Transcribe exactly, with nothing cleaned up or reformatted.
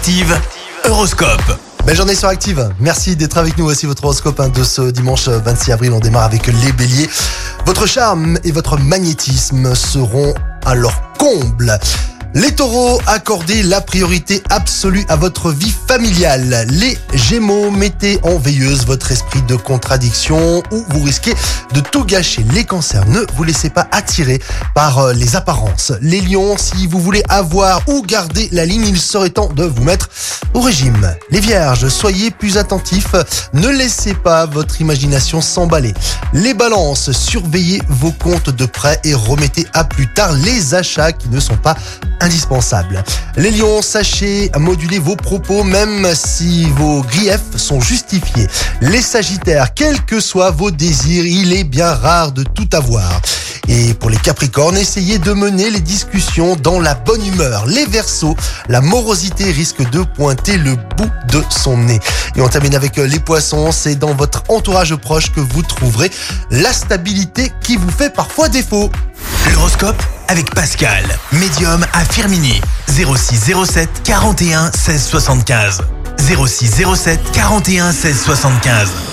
Active, Horoscope. Belle journée sur Active. Merci d'être avec nous. Voici votre horoscope hein, de ce dimanche vingt-six avril. On démarre avec les béliers. Votre charme et votre magnétisme seront à leur comble. Les taureaux, accordez la priorité absolue à votre vie familiale. Les gémeaux, mettez en veilleuse votre esprit de contradiction ou vous risquez de tout gâcher. Les cancers, ne vous laissez pas attirer par les apparences. Les lions, si vous voulez avoir ou garder la ligne, il serait temps de vous mettre au régime. Les vierges, soyez plus attentifs, ne laissez pas votre imagination s'emballer. Les balances, surveillez vos comptes de prêt et remettez à plus tard les achats qui ne sont pas indispensable. Les lions, sachez moduler vos propos même si vos griefs sont justifiés. Les sagittaires, quels que soient vos désirs, il est bien rare de tout avoir. Et pour les capricornes, essayez de mener les discussions dans la bonne humeur. Les verseaux, la morosité risque de pointer le bout de son nez. Et on termine avec les poissons, c'est dans votre entourage proche que vous trouverez la stabilité qui vous fait parfois défaut. L'horoscope avec Pascal, médium à Firminy, zéro six zéro sept quarante et un seize soixante-quinze. zéro six zéro sept quarante et un seize soixante-quinze.